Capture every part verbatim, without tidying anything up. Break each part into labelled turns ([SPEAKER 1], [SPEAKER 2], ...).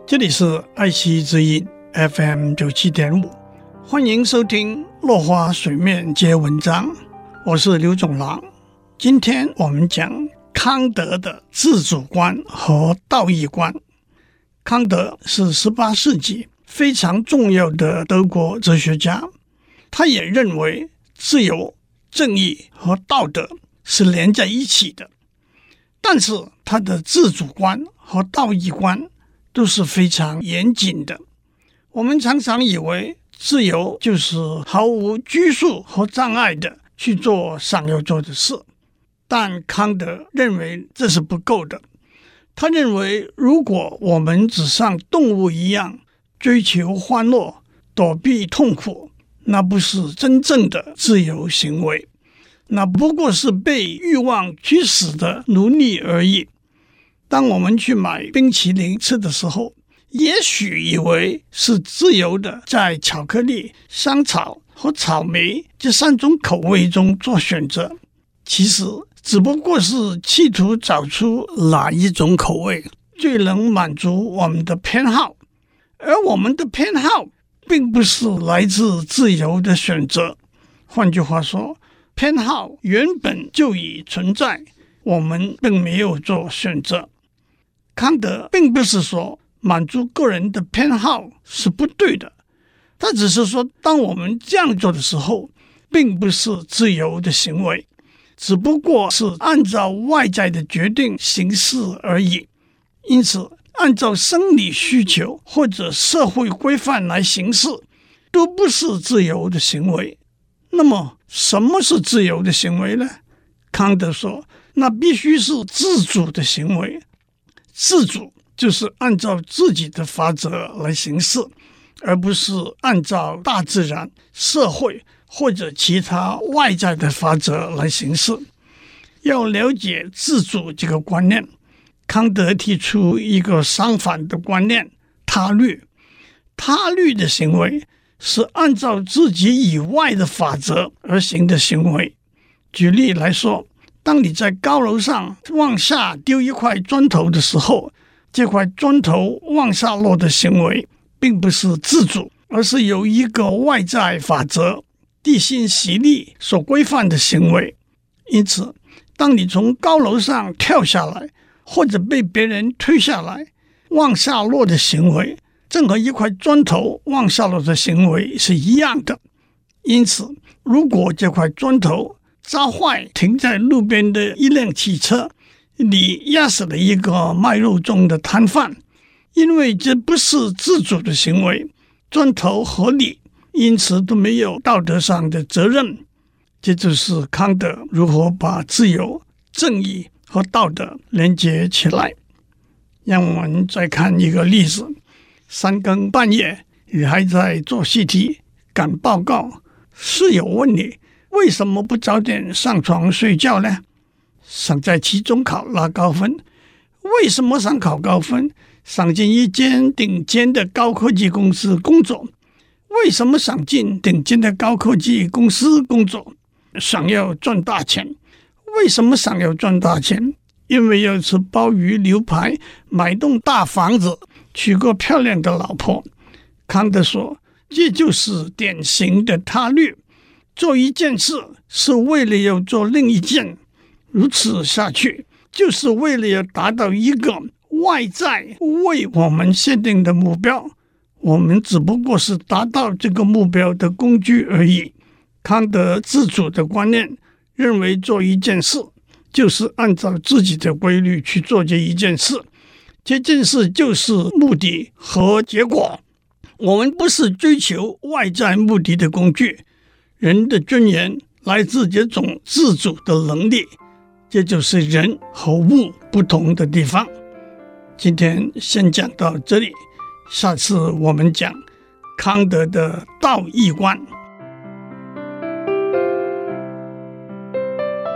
[SPEAKER 1] 这里是爱惜之音 F M 九七点五，欢迎收听落花水面皆文章，我是刘总郎。今天我们讲康德的自主观和道义观。康德是十八世纪非常重要的德国哲学家，他也认为自由、正义和道德是连在一起的，但是他的自主观和道义观都是非常严谨的。我们常常以为自由就是毫无拘束和障碍的去做想要做的事，但康德认为这是不够的。他认为如果我们只像动物一样追求欢乐、躲避痛苦，那不是真正的自由行为，那不过是被欲望驱使的奴隶而已。当我们去买冰淇淋吃的时候，也许以为是自由的在巧克力、香草和草莓这三种口味中做选择，其实只不过是企图找出哪一种口味最能满足我们的偏好，而我们的偏好并不是来自自由的选择。换句话说，偏好原本就已存在，我们并没有做选择。康德并不是说满足个人的偏好是不对的，他只是说当我们这样做的时候，并不是自由的行为，只不过是按照外在的决定行事而已。因此按照生理需求或者社会规范来行事，都不是自由的行为。那么什么是自由的行为呢？康德说，那必须是自主的行为。自主就是按照自己的法则来行事，而不是按照大自然、社会或者其他外在的法则来行事。要了解自主这个观念，康德提出一个相反的观念，他律。他律的行为是按照自己以外的法则而行的行为。举例来说，当你在高楼上往下丢一块砖头的时候，这块砖头往下落的行为并不是自主，而是由一个外在法则地心吸力所规范的行为。因此当你从高楼上跳下来，或者被别人推下来，往下落的行为正和一块砖头往下落的行为是一样的。因此如果这块砖头砸坏停在路边的一辆汽车，你压死了一个卖肉粽的摊贩，因为这不是自主的行为，砖头和你因此都没有道德上的责任。这就是康德如何把自由、正义和道德连接起来。让我们再看一个例子，三更半夜你还在做习题赶报告，室友问你为什么不早点上床睡觉呢？想在期中考拿高分。为什么想考高分？想进一间顶尖的高科技公司工作。为什么想进顶尖的高科技公司工作？想要赚大钱。为什么想要赚大钱？因为要吃鲍鱼牛排，买栋大房子，娶个漂亮的老婆。康德说，这就是典型的他律。做一件事是为了要做另一件，如此下去就是为了要达到一个外在为我们限定的目标，我们只不过是达到这个目标的工具而已。康德自主的观念认为做一件事就是按照自己的规律去做这一件事，这件事就是目的和结果，我们不是追求外在目的的工具。人的尊严来自这种自主的能力，这就是人和物不同的地方。今天先讲到这里，下次我们讲康德的道义观。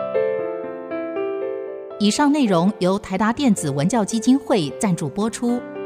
[SPEAKER 2] 以上内容由台达电子文教基金会赞助播出。